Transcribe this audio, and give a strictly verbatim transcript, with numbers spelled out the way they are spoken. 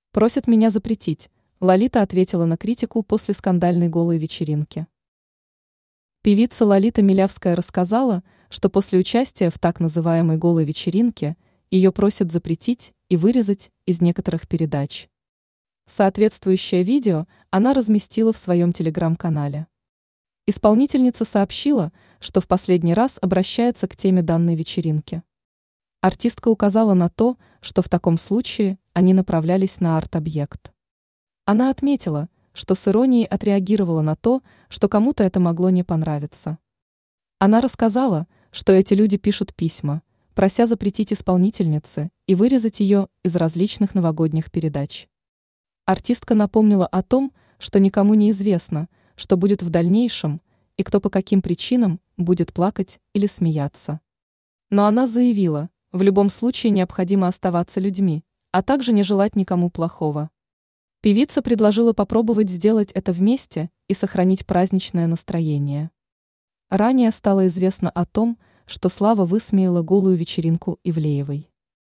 Просят меня запретить. Лолита ответила на критику после скандальной голой вечеринки. Певица Лолита Милявская рассказала, что после участия в так называемой голой вечеринке ее просят запретить и вырезать из некоторых передач. Соответствующее видео она разместила в своем телеграм-канале. Исполнительница сообщила, что в последний раз обращается к теме данной вечеринки. Артистка указала на то, что в таком случае они направлялись на арт-объект. Она отметила, что с иронией отреагировала на то, что кому-то это могло не понравиться. Она рассказала, что эти люди пишут письма, прося запретить исполнительнице и вырезать ее из различных новогодних передач. Артистка напомнила о том, что никому не известно, что будет в дальнейшем и кто по каким причинам будет плакать или смеяться. Но она заявила, в любом случае необходимо оставаться людьми, а также не желать никому плохого. Певица предложила попробовать сделать это вместе и сохранить праздничное настроение. Ранее стало известно о том, что Слава высмеяла голую вечеринку Ивлеевой.